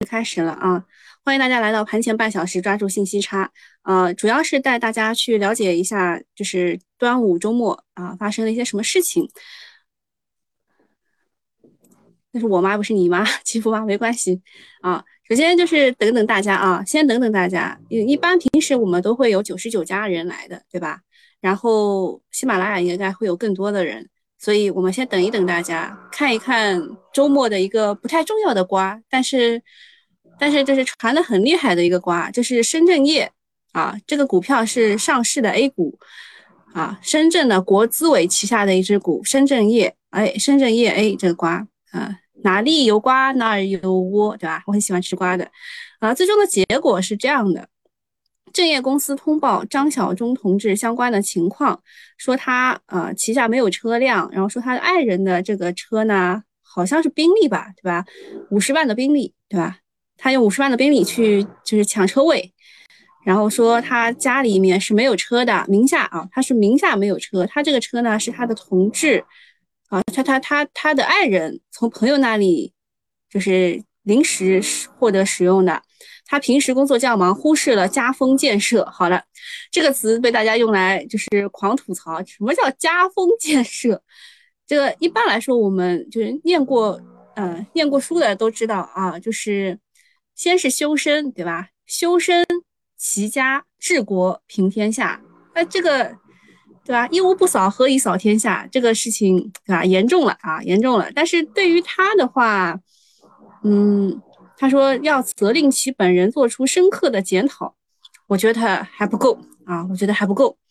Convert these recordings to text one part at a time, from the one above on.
开始了啊！欢迎大家来到盘前半小时，抓住信息差。主要是带大家去了解一下，就是端午周末发生了一些什么事情。那是我妈，不是你妈，欺负妈没关系啊。首先就是等等大家啊，先等等大家。一般平时我们都会有99家人来的，对吧？然后喜马拉雅应该会有更多的人，所以我们先等一等大家，看一看周末的一个不太重要的瓜，但是这是传的很厉害的一个瓜，就是深圳业啊，这个股票是上市的 A 股啊，深圳的国资委旗下的一只股，深圳业，哎，深圳业 A 这个瓜啊。哪里有瓜哪儿有窝，对吧？我很喜欢吃瓜的，最终的结果是这样的：正业公司通报张晓忠同志相关的情况，说他旗下没有车辆，然后说他的爱人的这个车呢，好像是宾利吧，对吧？50万的宾利，对吧？他用50万的宾利去就是抢车位，然后说他家里面是没有车的，名下他是名下没有车，他这个车呢是他的同志。他的爱人从朋友那里就是临时获得使用的，他平时工作较忙，忽视了家风建设。好了，这个词被大家用来就是狂吐槽，什么叫家风建设？这个一般来说，我们就是念过书的都知道啊，就是先是修身，对吧？修身齐家治国平天下。这个对吧？一屋不扫，何以扫天下？这个事情对吧？严重了啊，严重了。但是对于他的话，他说要责令其本人做出深刻的检讨，我觉得还不够啊，我觉得还不够。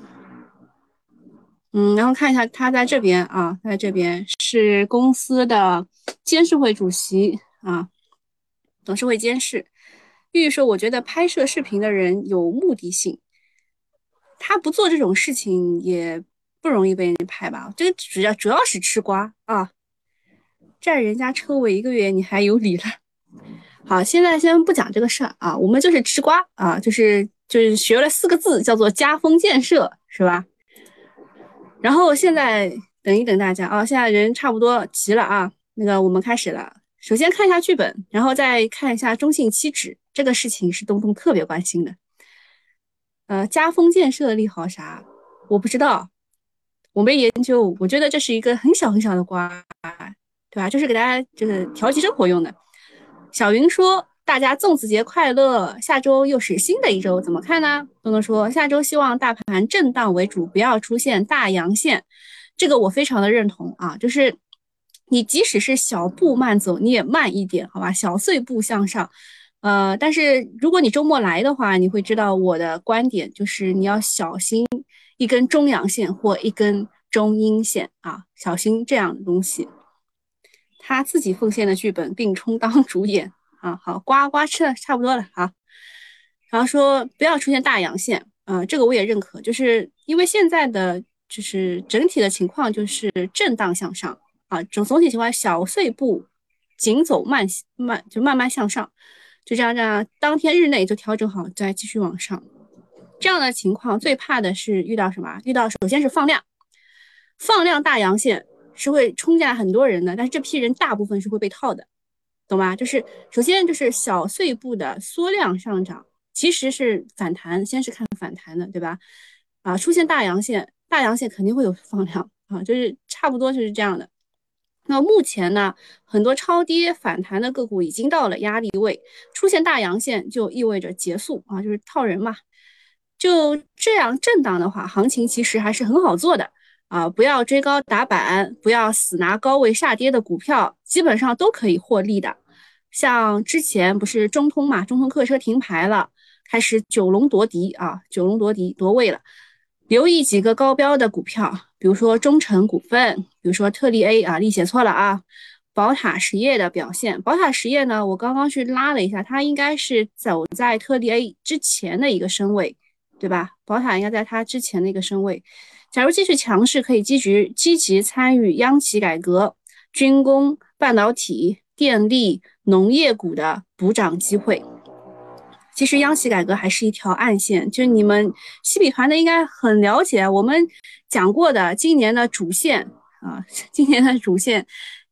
然后看一下他在这边啊，在这边是公司的监事会主席啊，董事会监事。玉玉说，我觉得拍摄视频的人有目的性。他不做这种事情也不容易被人拍吧？这个主要是吃瓜啊，占人家车位1个月你还有理了。好，现在先不讲这个事儿啊，我们就是吃瓜啊，就是学了4个字，叫做家风建设，是吧？然后现在等一等大家啊，现在人差不多齐了啊，那个我们开始了。首先看一下剧本，然后再看一下中信期指，这个事情是东东特别关心的。家风建设的利好啥？我不知道，我没研究。我觉得这是一个很小很小的瓜，对吧？就是给大家就是调剂生活用的。小云说：“大家粽子节快乐！下周又是新的一周，怎么看呢？”东东说：“下周希望大盘震荡为主，不要出现大阳线。”这个我非常的认同啊，就是你即使是小步慢走，你也慢一点，好吧？小碎步向上。但是如果你周末来的话，你会知道我的观点就是你要小心一根中阳线或一根中阴线啊，小心这样的东西。他自己奉献的剧本并充当主演啊，好，呱呱吃的差不多了啊。然后说不要出现大阳线，这个我也认可，就是因为现在的就是整体的情况就是震荡向上啊，总体情况小碎步，紧走慢慢向上。就这样，当天日内就调整好，再继续往上。这样的情况最怕的是遇到什么？遇到首先是放量，放量大阳线是会冲进来很多人的，但是这批人大部分是会被套的，懂吗？就是首先就是小碎步的缩量上涨，其实是反弹，先是看反弹的，对吧？出现大阳线，大阳线肯定会有放量啊，就是差不多就是这样的。那目前呢，很多超跌反弹的个股已经到了压力位，出现大阳线就意味着结束啊，就是套人嘛。就这样震荡的话，行情其实还是很好做的啊，不要追高打板，不要死拿高位下跌的股票，基本上都可以获利的。像之前不是中通嘛，中通客车停牌了，开始九龙夺嫡啊，九龙夺嫡夺位了。留意几个高标的股票，比如说中诚股份，比如说特力 A 啊，力写错了啊。宝塔实业的表现，宝塔实业呢，我刚刚去拉了一下，它应该是走在特力 A 之前的一个身位，对吧？宝塔应该在它之前的一个身位。假如继续强势，可以积极参与央企改革、军工、半导体、电力、农业股的补涨机会。其实央企改革还是一条暗线，就你们西比团的应该很了解，我们讲过的今年的主线啊，今年的主线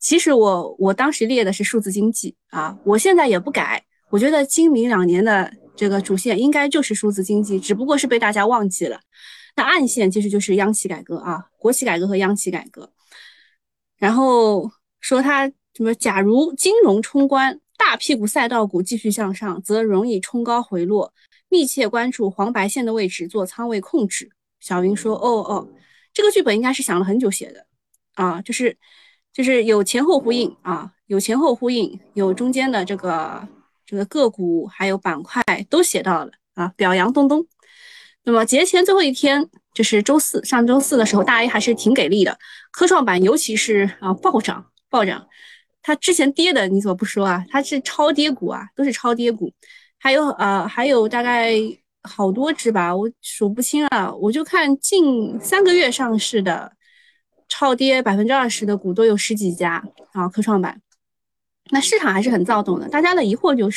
其实我当时列的是数字经济啊，我现在也不改，我觉得今明2年的这个主线应该就是数字经济，只不过是被大家忘记了。那暗线其实就是央企改革啊，国企改革和央企改革。然后说它什么，假如金融冲关，大屁股赛道股继续向上，则容易冲高回落，密切关注黄白线的位置做仓位控制。小云说，哦，这个剧本应该是想了很久写的啊，就是有前后呼应啊，有前后呼应，有中间的这个个股还有板块都写到了啊，表扬东东。那么节前最后一天就是周四，上周四的时候，大 A 还是挺给力的，科创板尤其是啊暴涨，它之前跌的你怎么不说啊？它是超跌股啊，都是超跌股，还有大概好多只吧，我数不清了，我就看近3个月上市的超跌20%的股都有10几家啊，科创板。那市场还是很躁动的，大家的疑惑就是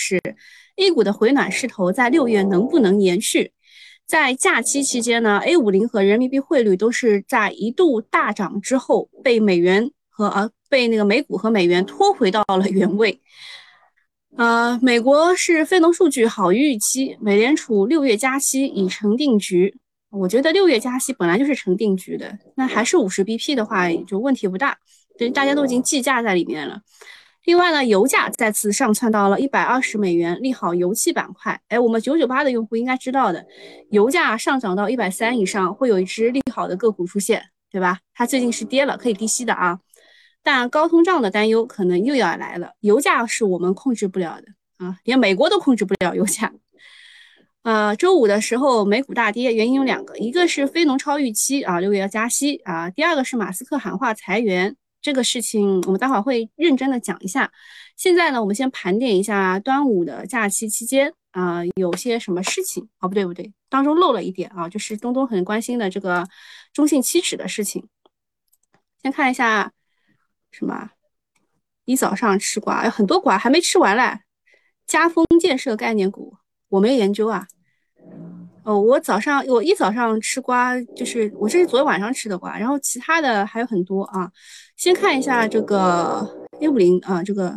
A 股的回暖势头在6月能不能延续？在假期期间呢，A50和人民币汇率都是在一度大涨之后被被那个美股和美元拖回到了原位。美国是非农数据好于预期，美联储6月加息已成定局。我觉得6月加息本来就是成定局的，那还是50 BP 的话，就问题不大，对，大家都已经计价在里面了。另外呢，油价再次上窜到了$120，利好油气板块。哎，我们998的用户应该知道的，油价上涨到130以上，会有一只利好的个股出现，对吧？它最近是跌了，可以低吸的啊。但高通胀的担忧可能又要来了，油价是我们控制不了的啊，连美国都控制不了油价。周五的时候美股大跌，原因有2个，一个是非农超预期啊，6月要加息啊，第二个是马斯克喊话裁员。这个事情我们待会儿会认真的讲一下。现在呢，我们先盘点一下端午的假期期间有些什么事情。哦，不对，当中漏了一点啊，就是东东很关心的这个中信期指的事情。先看一下什么，一早上吃瓜，很多瓜还没吃完嘞。嘉丰建设概念股，我没研究啊。我一早上吃瓜，就是我这是昨天晚上吃的瓜，然后其他的还有很多啊。先看一下这个 A50啊，这个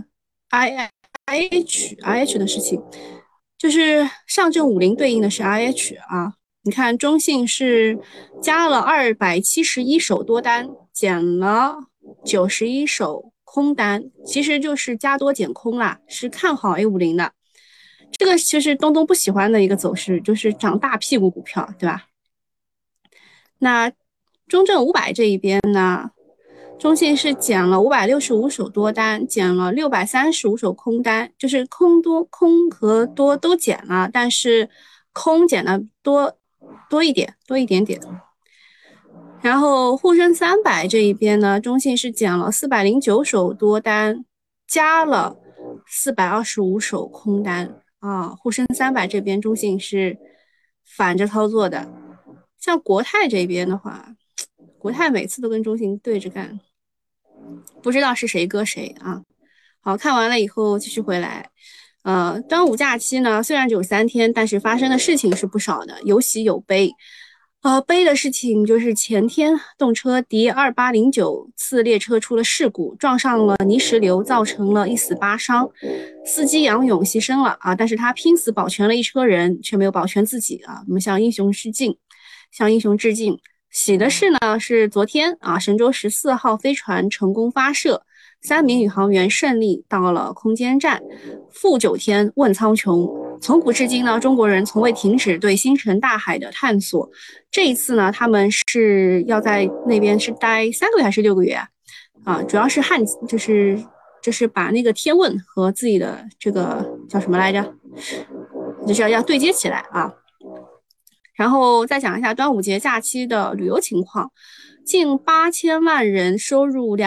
IH 的事情，就是上证50对应的是 IH 啊。你看中信是加了271手多单，减了91手空单，其实就是加多减空啦，是看好 A50的。这个其实东东不喜欢的一个走势，就是涨大屁股股票，对吧？那中证500这一边呢，中信是减了565手多单，减了635手空单，就是空和多都减了，但是空减的多一点点。然后沪深300这一边呢，中信是减了409手多单，加了425手空单。沪深300这边中信是反着操作的，像国泰这边的话，国泰每次都跟中信对着干，不知道是谁割谁啊。好，看完了以后继续回来。端午假期呢，虽然只有3天，但是发生的事情是不少的，有喜有悲。悲的事情就是前天动车第2809次列车出了事故，撞上了泥石流，造成了1死8伤，司机杨勇牺牲了啊，但是他拼死保全了一车人，却没有保全自己啊，我们向英雄致敬，向英雄致敬。喜的是呢，是昨天神舟14号飞船成功发射，3名宇航员顺利到了空间站，复9天问苍穹。从古至今呢，中国人从未停止对星辰大海的探索。这一次呢，他们是要在那边是待3个月还是6个月主要是就是把那个天问和自己的这个叫什么来着，就是要对接起来啊。然后再讲一下端午节假期的旅游情况，近8000万人，收入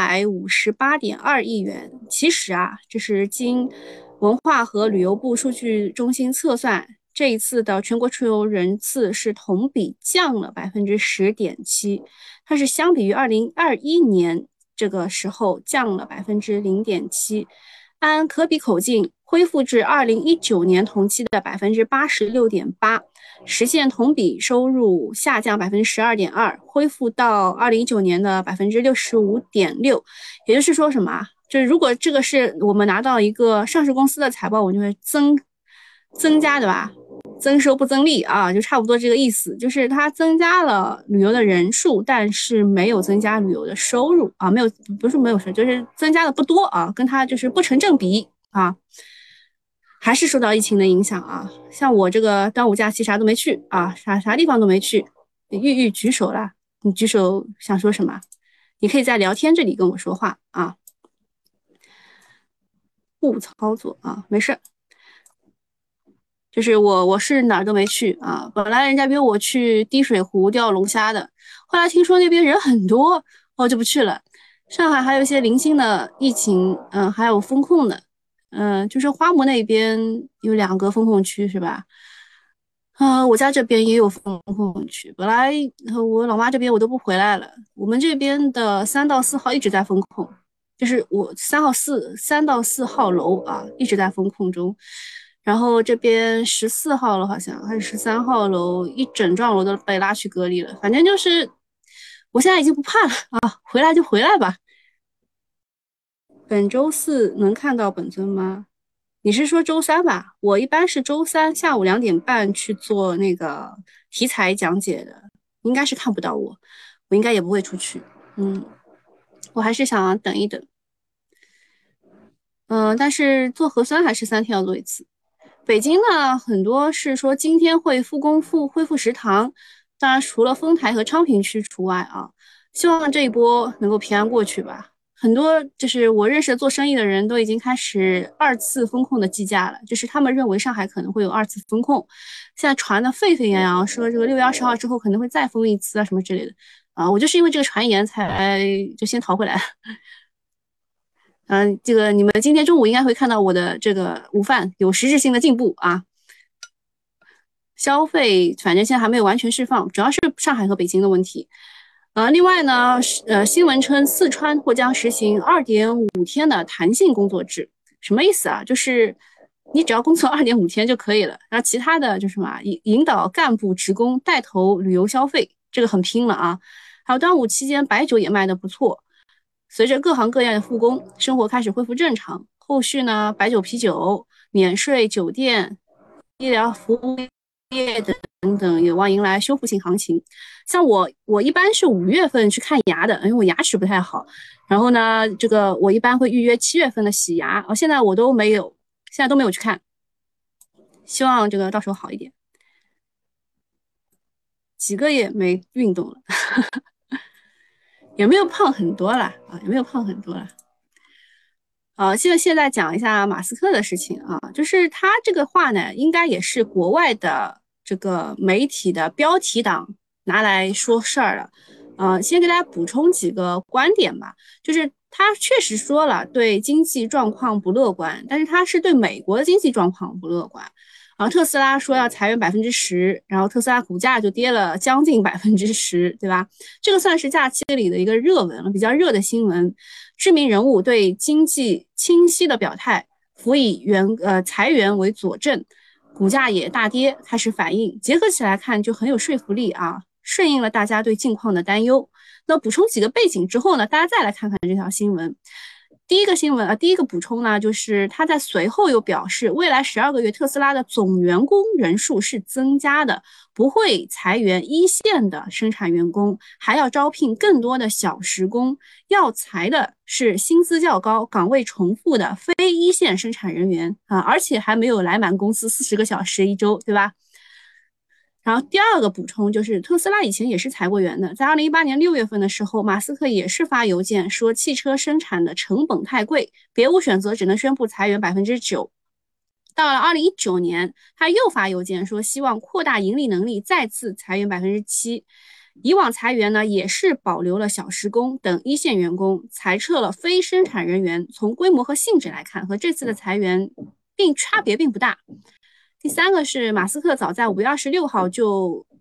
258.2亿元。其实这是经文化和旅游部数据中心测算，这一次的全国出游人次是同比降了10.7%，它是相比于2021年这个时候降了0.7%。按可比口径， 恢复至2019年同期的86.8%，实现同比收入下降12.2%，恢复到2019年的65.6%。也就是说什么？就是如果这个是我们拿到一个上市公司的财报，我们就会增加，对吧？增收不增利啊，就差不多这个意思。就是它增加了旅游的人数，但是没有增加旅游的收入啊，没有，不是没有收入，就是增加的不多啊，跟它就是不成正比啊。还是受到疫情的影响啊，像我这个端午假期啥都没去啊，啥地方都没去。玉举手了，你举手想说什么？你可以在聊天这里跟我说话啊。误操作啊，没事。就是我是哪儿都没去啊，本来人家约我去滴水湖钓龙虾的，后来听说那边人很多，我就不去了。上海还有一些零星的疫情，还有封控的，就是花模那边有2个封控区是吧？我家这边也有封控区，本来我老妈这边我都不回来了，我们这边的3到4号一直在封控，就是我3到4号楼啊一直在封控中，然后这边14号了好像还是13号楼，一整幢楼都被拉去隔离了，反正就是我现在已经不怕了啊，回来就回来吧。本周四能看到本尊吗？你是说周三吧？我一般是周三下午2点半去做那个题材讲解的，应该是看不到我，我应该也不会出去。我还是想等一等。但是做核酸还是3天要做一次。北京呢，很多是说今天会恢复食堂，当然除了丰台和昌平区除外啊。希望这一波能够平安过去吧。很多就是我认识的做生意的人都已经开始2次封控的计价了，就是他们认为上海可能会有2次封控，现在传的沸沸扬扬，说这个6月20号之后可能会再封一次啊什么之类的啊。我就是因为这个传言才就先逃回来。这个你们今天中午应该会看到我的这个午饭有实质性的进步啊。消费反正现在还没有完全释放，主要是上海和北京的问题。另外呢，新闻称四川或将实行2.5天的弹性工作制，什么意思啊？就是你只要工作2.5天就可以了，然后其他的就是什么引导干部职工带头旅游消费，这个很拼了啊。还有端午期间白酒也卖得不错，随着各行各业的复工，生活开始恢复正常，后续呢，白酒、啤酒、免税酒店、医疗服务业等等有望迎来修复性行情。像我一般是5月份去看牙的，因为我牙齿不太好。然后呢，这个我一般会预约7月份的洗牙，现在我都没有，现在都没有去看。希望这个到时候好一点。几个月没运动了，也没有胖很多了啊，也没有胖很多了。现在讲一下马斯克的事情啊，就是他这个话呢，应该也是国外的这个媒体的标题党拿来说事儿了。先给大家补充几个观点吧，就是他确实说了对经济状况不乐观，但是他是对美国的经济状况不乐观。特斯拉说要裁员10%，然后特斯拉股价就跌了将近10%，对吧？这个算是假期里的一个热文了，比较热的新闻。知名人物对经济清晰的表态，辅以裁员为佐证，股价也大跌，开始反应。结合起来看，就很有说服力啊，顺应了大家对境况的担忧。那补充几个背景之后呢，大家再来看看这条新闻。第一个补充呢，就是他在随后又表示，未来12个月特斯拉的总员工人数是增加的，不会裁员一线的生产员工，还要招聘更多的小时工，要裁的是薪资较高、岗位重复的非一线生产人员啊，而且还没有来满公司40个小时一周，对吧？然后第二个补充就是，特斯拉以前也是裁过员的，在2018年6月份的时候，马斯克也是发邮件说汽车生产的成本太贵，别无选择，只能宣布裁员9%。到了2019年，他又发邮件说希望扩大盈利能力，再次裁员7%。以往裁员呢，也是保留了小时工等一线员工，裁撤了非生产人员。从规模和性质来看，和这次的裁员差别并不大。第三个是马斯克早在5月26号就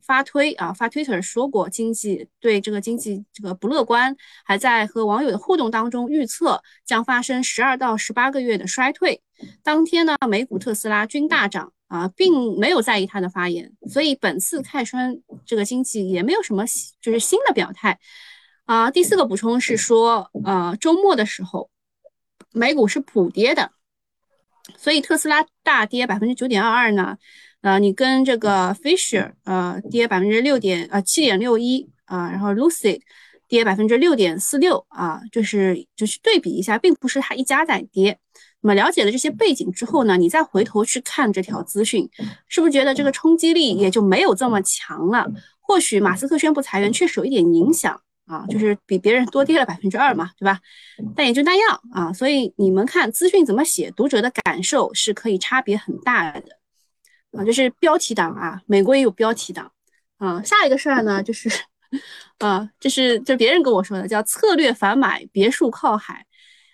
发Twitter 说过对这个经济这个不乐观，还在和网友的互动当中预测将发生12到18个月的衰退。当天呢，美股特斯拉均大涨并没有在意他的发言，所以本次开春这个经济也没有什么就是新的表态。第四个补充是说，周末的时候美股是普跌的，所以特斯拉大跌9.22%呢，你跟这个 Fisher 跌7.61%然后 Lucid 跌6.46%就是对比一下，并不是它一家在跌。那么了解了这些背景之后呢，你再回头去看这条资讯，是不是觉得这个冲击力也就没有这么强了？或许马斯克宣布裁员确实有一点影响就是比别人多跌了2%嘛，对吧？但也就那样所以你们看资讯怎么写，读者的感受是可以差别很大的就是标题党美国也有标题党下一个事儿呢，就是这别人跟我说的，叫策略反买，别墅靠海。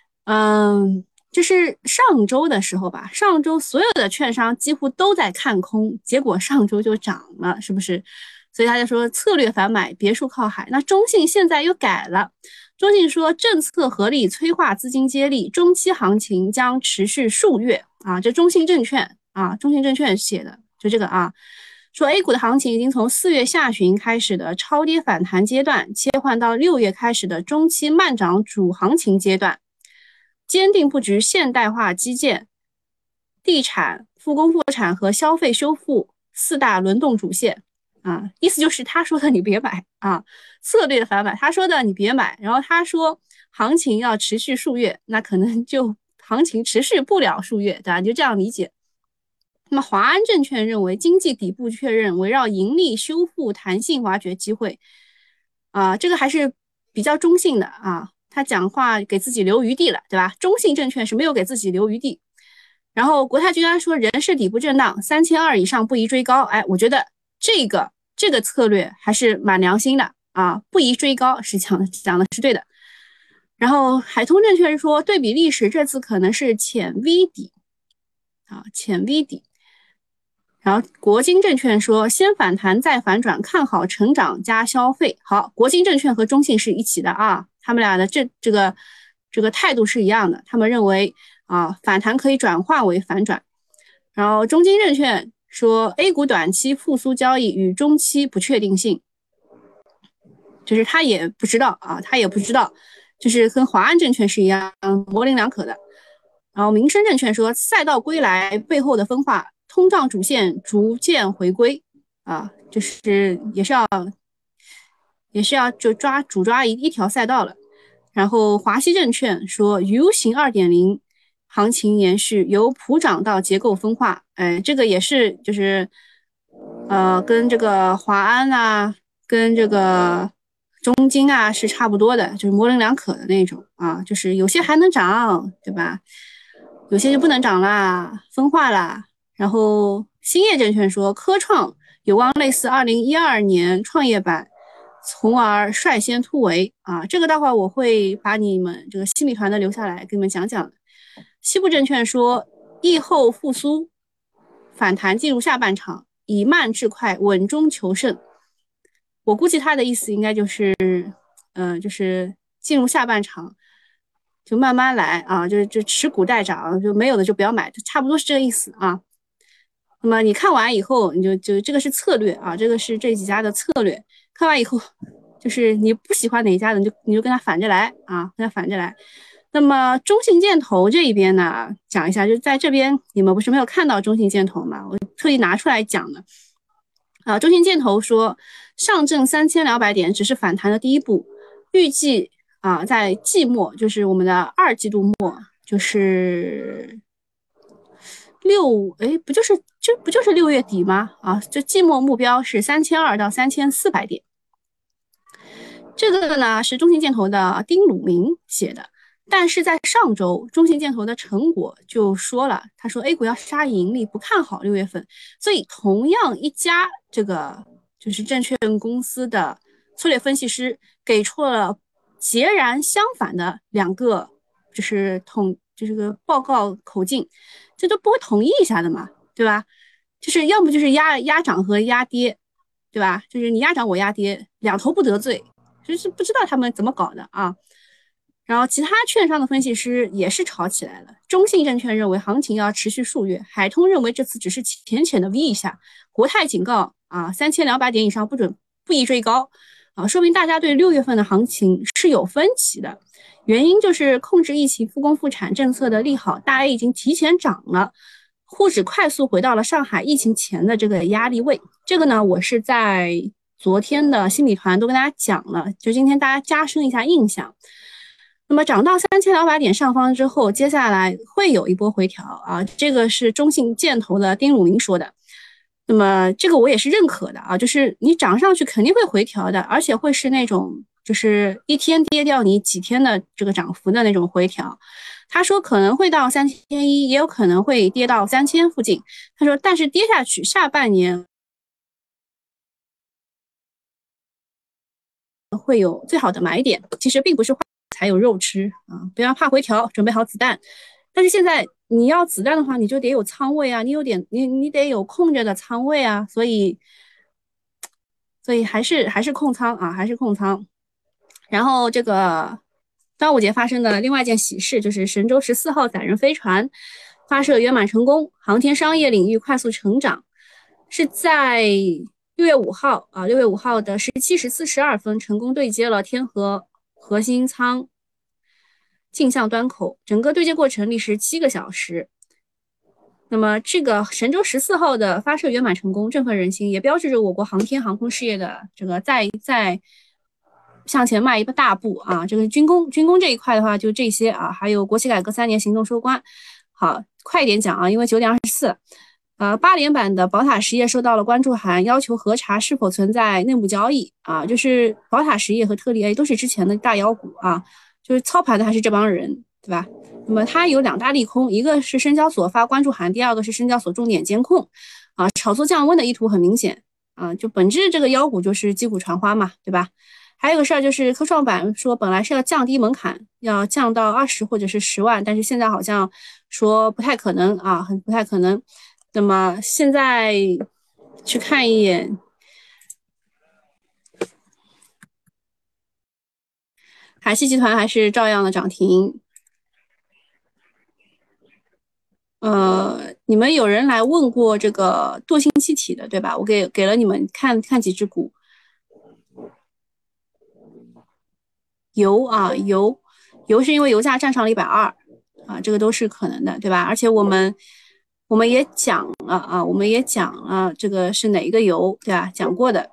就是上周的时候吧，上周所有的券商几乎都在看空，结果上周就涨了，是不是？所以他就说策略反买，别墅靠海。那中信现在又改了，中信说政策合力催化资金接力，中期行情将持续数月这中信证券中信证券写的就这个说 A 股的行情已经从4月下旬开始的超跌反弹阶段，切换到6月开始的中期慢涨主行情阶段，坚定布局现代化基建、地产、复工复产和消费修复4大轮动主线意思就是他说的你别买策略反买，他说的你别买，然后他说行情要持续数月，那可能就行情持续不了数月，对吧？你就这样理解。那么华安证券认为经济底部确认，围绕盈利修复弹性挖掘机会这个还是比较中性的他讲话给自己留余地了，对吧？中信证券是没有给自己留余地。然后国泰君安说人是底部震荡，3200以上不宜追高。我觉得这个策略还是蛮良心的不宜追高是讲的是对的。然后海通证券说对比历史，这次可能是浅 V 底浅 V 底。然后国金证券说先反弹再反转，看好成长加消费。好，国金证券和中信是一起的他们俩的这个态度是一样的，他们认为反弹可以转化为反转。然后中金证券说 A 股短期复苏交易与中期不确定性，就是他也不知道就是跟华安证券是一样模棱两可的。然后民生证券说赛道归来背后的分化，通胀主线逐渐回归就是也是要就主抓一条赛道了。然后华西证券说 U 型 2.0 行情延续，由普涨到结构分化。这个也是就是跟这个华安跟这个中金是差不多的，就是模棱两可的那种就是有些还能涨，对吧？有些就不能涨啦，分化啦。然后兴业证券说科创有望类似2012年创业板，从而率先突围这个待会儿我会把你们这个西米团的留下来给你们讲讲。西部证券说疫后复苏反弹进入下半场，以慢制快，稳中求胜。我估计他的意思应该就是就是进入下半场就慢慢来就持股待涨，就没有的就不要买，差不多是这个意思那么你看完以后，你就这个是策略这个是这几家的策略。看完以后，就是你不喜欢哪一家的，你就跟他反着来跟他反着来。那么中信建投这一边呢，讲一下，就在这边你们不是没有看到中信建投吗？我特意拿出来讲的中信建投说，上证3200点只是反弹的第一步，预计在季末，就是我们的2季度末，就是不就是6月底吗？这季末目标是3200到3400点。这个呢是中信建投的丁鲁明写的，但是在上周中信建投的成果就说了，他说 A 股要杀盈利，不看好6月份。所以同样一家这个就是证券公司的策略分析师给出了截然相反的2个就是这个报告口径，这都不会统一一下的嘛，对吧？就是要么就是压涨和压跌对吧？就是你压涨我压跌，两头不得罪，就是不知道他们怎么搞的啊。然后其他券商的分析师也是炒起来了。中信证券认为行情要持续数月，海通认为这次只是浅浅的 V 一下，国泰警告啊，3200点以上不宜追高啊，说明大家对6月份的行情是有分歧的。原因就是控制疫情复工复产政策的利好，大 A 已经提前涨了，沪指快速回到了上海疫情前的这个压力位。这个呢，我是在昨天的新米团都跟大家讲了，就今天大家加深一下印象。那么涨到3200点上方之后，接下来会有一波回调啊，这个是中信建投的丁汝明说的。那么这个我也是认可的啊，就是你涨上去肯定会回调的，而且会是那种就是一天跌掉你几天的这个涨幅的那种回调。他说可能会到3100，也有可能会跌到3000附近。他说，但是跌下去下半年会有最好的买点，其实并不是才有肉吃啊，不要怕回调，准备好子弹。但是现在你要子弹的话，你就得有仓位啊，你得有空着的仓位啊，所以还是控仓啊，还是控仓。然后这个端午节发生的另外一件喜事就是神舟14号载人飞船发射圆满成功，航天商业领域快速成长，是在6月5号啊，6月5号的17时42分成功对接了天河核心舱镜像端口，整个对接过程历时7个小时。那么这个神舟14号的发射圆满成功，振奋人心，也标志着我国航天航空事业的这个在向前迈一个大步啊！这个军工这一块的话，就这些啊，还有国企改革3年行动收官。好，快一点讲啊，因为9:24。8连板的宝塔实业收到了关注函，要求核查是否存在内幕交易啊。就是宝塔实业和特力 A 都是之前的大妖股啊，就是操盘的还是这帮人，对吧？那么它有2大利空，一个是深交所发关注函，第二个是深交所重点监控啊，炒作降温的意图很明显啊，就本质这个妖股就是击鼓传花嘛，对吧？还有个事儿就是科创板说本来是要降低门槛，要降到20或者是10万，但是现在好像说不太可能啊，很不太可能。那么现在去看一眼，海西集团还是照样的涨停。你们有人来问过这个惰性气体的，对吧？我给了你们看看几只股，油啊，油是因为油价站上了120啊，这个都是可能的，对吧？而且我们也讲了啊，我们也讲了这个是哪一个油，对吧？讲过的。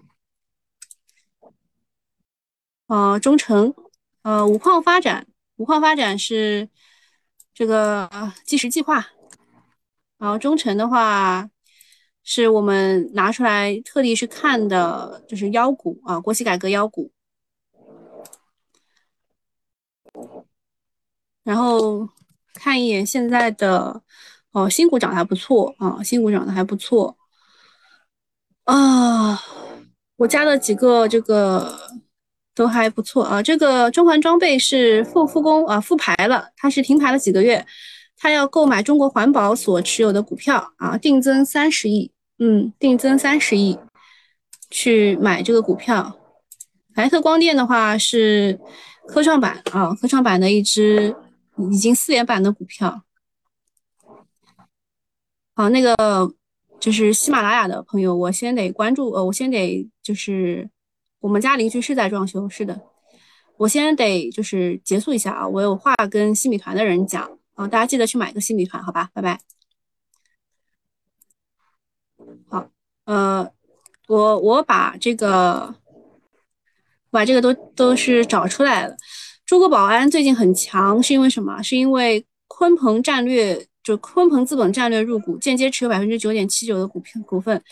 中成，五矿发展是这个计时计划。然后中成的话，是我们拿出来特地去看的，就是妖股啊，国企改革妖股。然后看一眼现在的，新股涨得还不错啊，新股涨得还不错啊。我加了几个这个都还不错啊。这个中环装备是复工啊复牌了，它是停牌了几个月，它要购买中国环保所持有的股票啊，定增30亿，定增30亿去买这个股票。莱特光电的话是科创板啊，科创板的一只已经4连板的股票。好，那个就是喜马拉雅的朋友，我先得关注，我先得就是我们家邻居是在装修，是的，我先得就是结束一下啊，我有话跟新米团的人讲啊，大家记得去买个新米团，好吧，拜拜。好，呃，我把这个都是找出来了。中国宝安最近很强，是因为什么？是因为鲲鹏资本战略入股，间接持有9.79%的股份。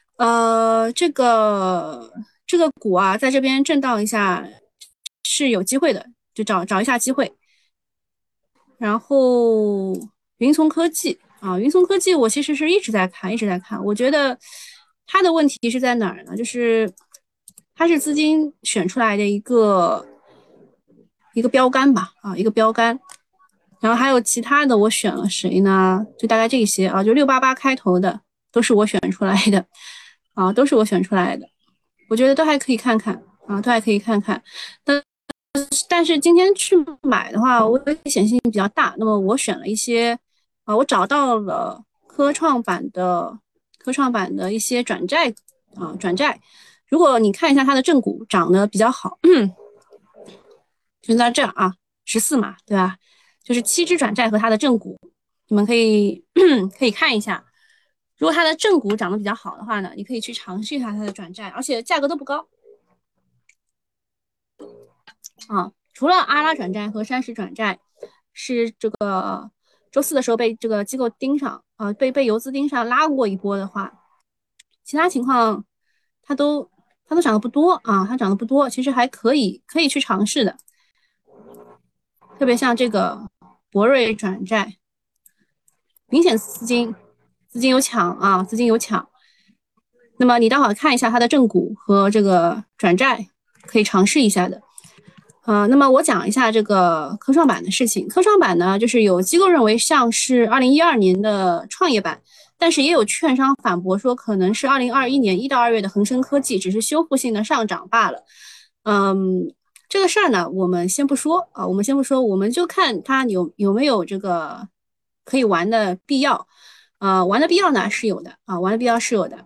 这个股啊，在这边震荡一下是有机会的，就找一下机会。然后云从科技啊，云从科技我其实是一直在看，一直在看。我觉得它的问题是在哪儿呢？就是它是资金选出来的一个标杆吧，啊，一个标杆。然后还有其他的，我选了谁呢？就大概这些啊，就688开头的都是我选出来的。 啊，都是我选出来的，我觉得都还可以看看啊，都还可以看看。但是今天去买的话，危险性比较大。那么我选了一些啊，我找到了科创板的一些转债啊，转债。如果你看一下它的正股涨得比较好，就在这儿啊，14嘛，对吧？就是七只转债和它的正股，你们可以可以看一下。如果它的正股涨得比较好的话呢，你可以去尝试一下它的转债，而且价格都不高啊。除了阿拉转债和山石转债是这个周四的时候被这个机构盯上，被游资盯上拉过一波的话，其他情况它都涨得不多啊，它涨得不多，其实还可以去尝试的。特别像这个博瑞转债，明显资金有抢啊，资金有抢。那么你待会儿看一下它的正股和这个转债，可以尝试一下的。那么我讲一下这个科创板的事情。科创板呢，就是有机构认为像是2012年的创业板，但是也有券商反驳说可能是2021年1到2月的恒生科技，只是修复性的上涨罢了。这个事儿呢，我们先不说啊，我们就看它有没有这个可以玩的必要。玩的必要呢是有的啊，玩的必要是有的，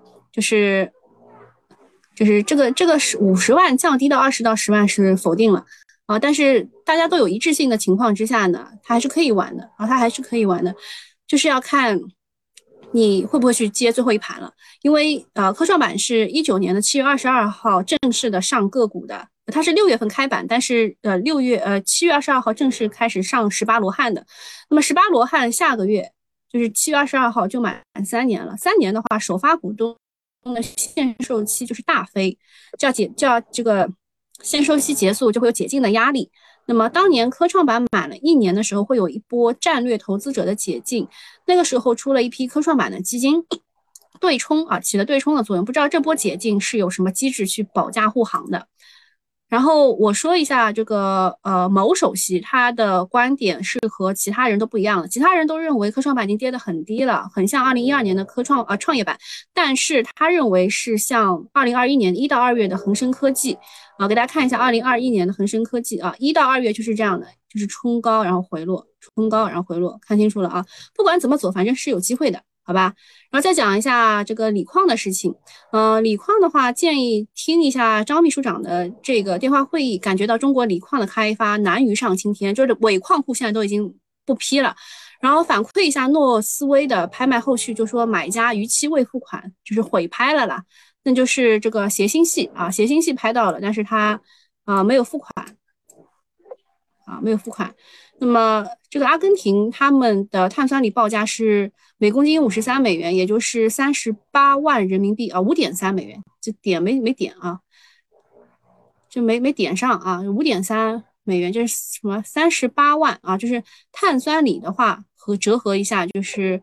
就是这个是50万降低到20到10万是否定了啊，但是大家都有一致性的情况之下呢，它还是可以玩的啊，它还是可以玩的，就是要看你会不会去接最后一盘了，因为科创板是19年的7月22号正式的上个股的，它是6月份开板，但是7月22号正式开始上18罗汉的，那么18罗汉下个月就是7月22号就满3年了，3年的话首发股东的限售期就是大飞，就要这个限售期结束就会有解禁的压力。那么当年科创板满了1年的时候，会有一波战略投资者的解禁，那个时候出了一批科创板的基金对冲啊，起了对冲的作用。不知道这波解禁是有什么机制去保驾护航的？然后我说一下这个某首席他的观点是和其他人都不一样的，其他人都认为科创板已经跌得很低了，很像2012年的创业板，但是他认为是像2021年1到2月的恒生科技啊，给大家看一下2021年的恒生科技啊，1到2月就是这样的，就是冲高然后回落，冲高然后回落，看清楚了啊，不管怎么走，反正是有机会的，好吧？然后再讲一下这个锂矿的事情。锂矿的话，建议听一下张秘书长的这个电话会议，感觉到中国锂矿的开发难于上青天，就是伪矿户现在都已经不批了。然后反馈一下诺斯威的拍卖后续，就说买家逾期未付款，就是毁拍了啦。那就是这个协鑫系啊，协鑫系拍到了，但是他没有付款啊，没有付款。那么这个阿根廷他们的碳酸锂报价是每公斤53美元，也就是38万人民币啊，5.3美元，这点没点啊，就没点上啊，5.3美元，这是什么38万啊？就是碳酸锂的话和折合一下就是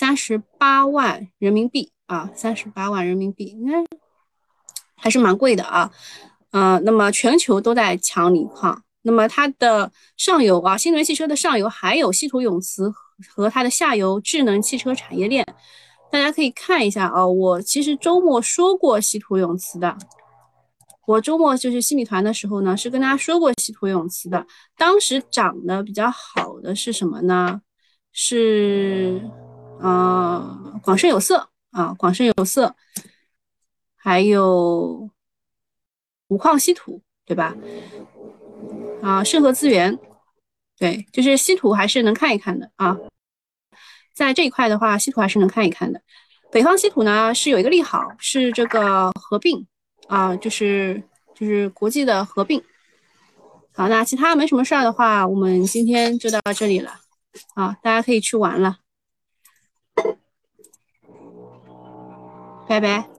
38万人民币啊，38万人民币，应该还是蛮贵的啊。那么全球都在抢锂矿。那么它的上游啊，新能源汽车的上游还有稀土永磁和它的下游智能汽车产业链，大家可以看一下啊。我其实周末说过稀土永磁的，我周末就是新米团的时候呢，是跟大家说过稀土永磁的。当时涨得比较好的是什么呢？是广深有色啊，广深有色，还有五矿稀土，对吧？盛和资源，对，就是稀土还是能看一看的啊。在这一块的话，稀土还是能看一看的。北方稀土呢是有一个利好，是这个合并啊，就是国际的合并。好，那其他没什么事儿的话，我们今天就到这里了。好，大家可以去玩了，拜拜。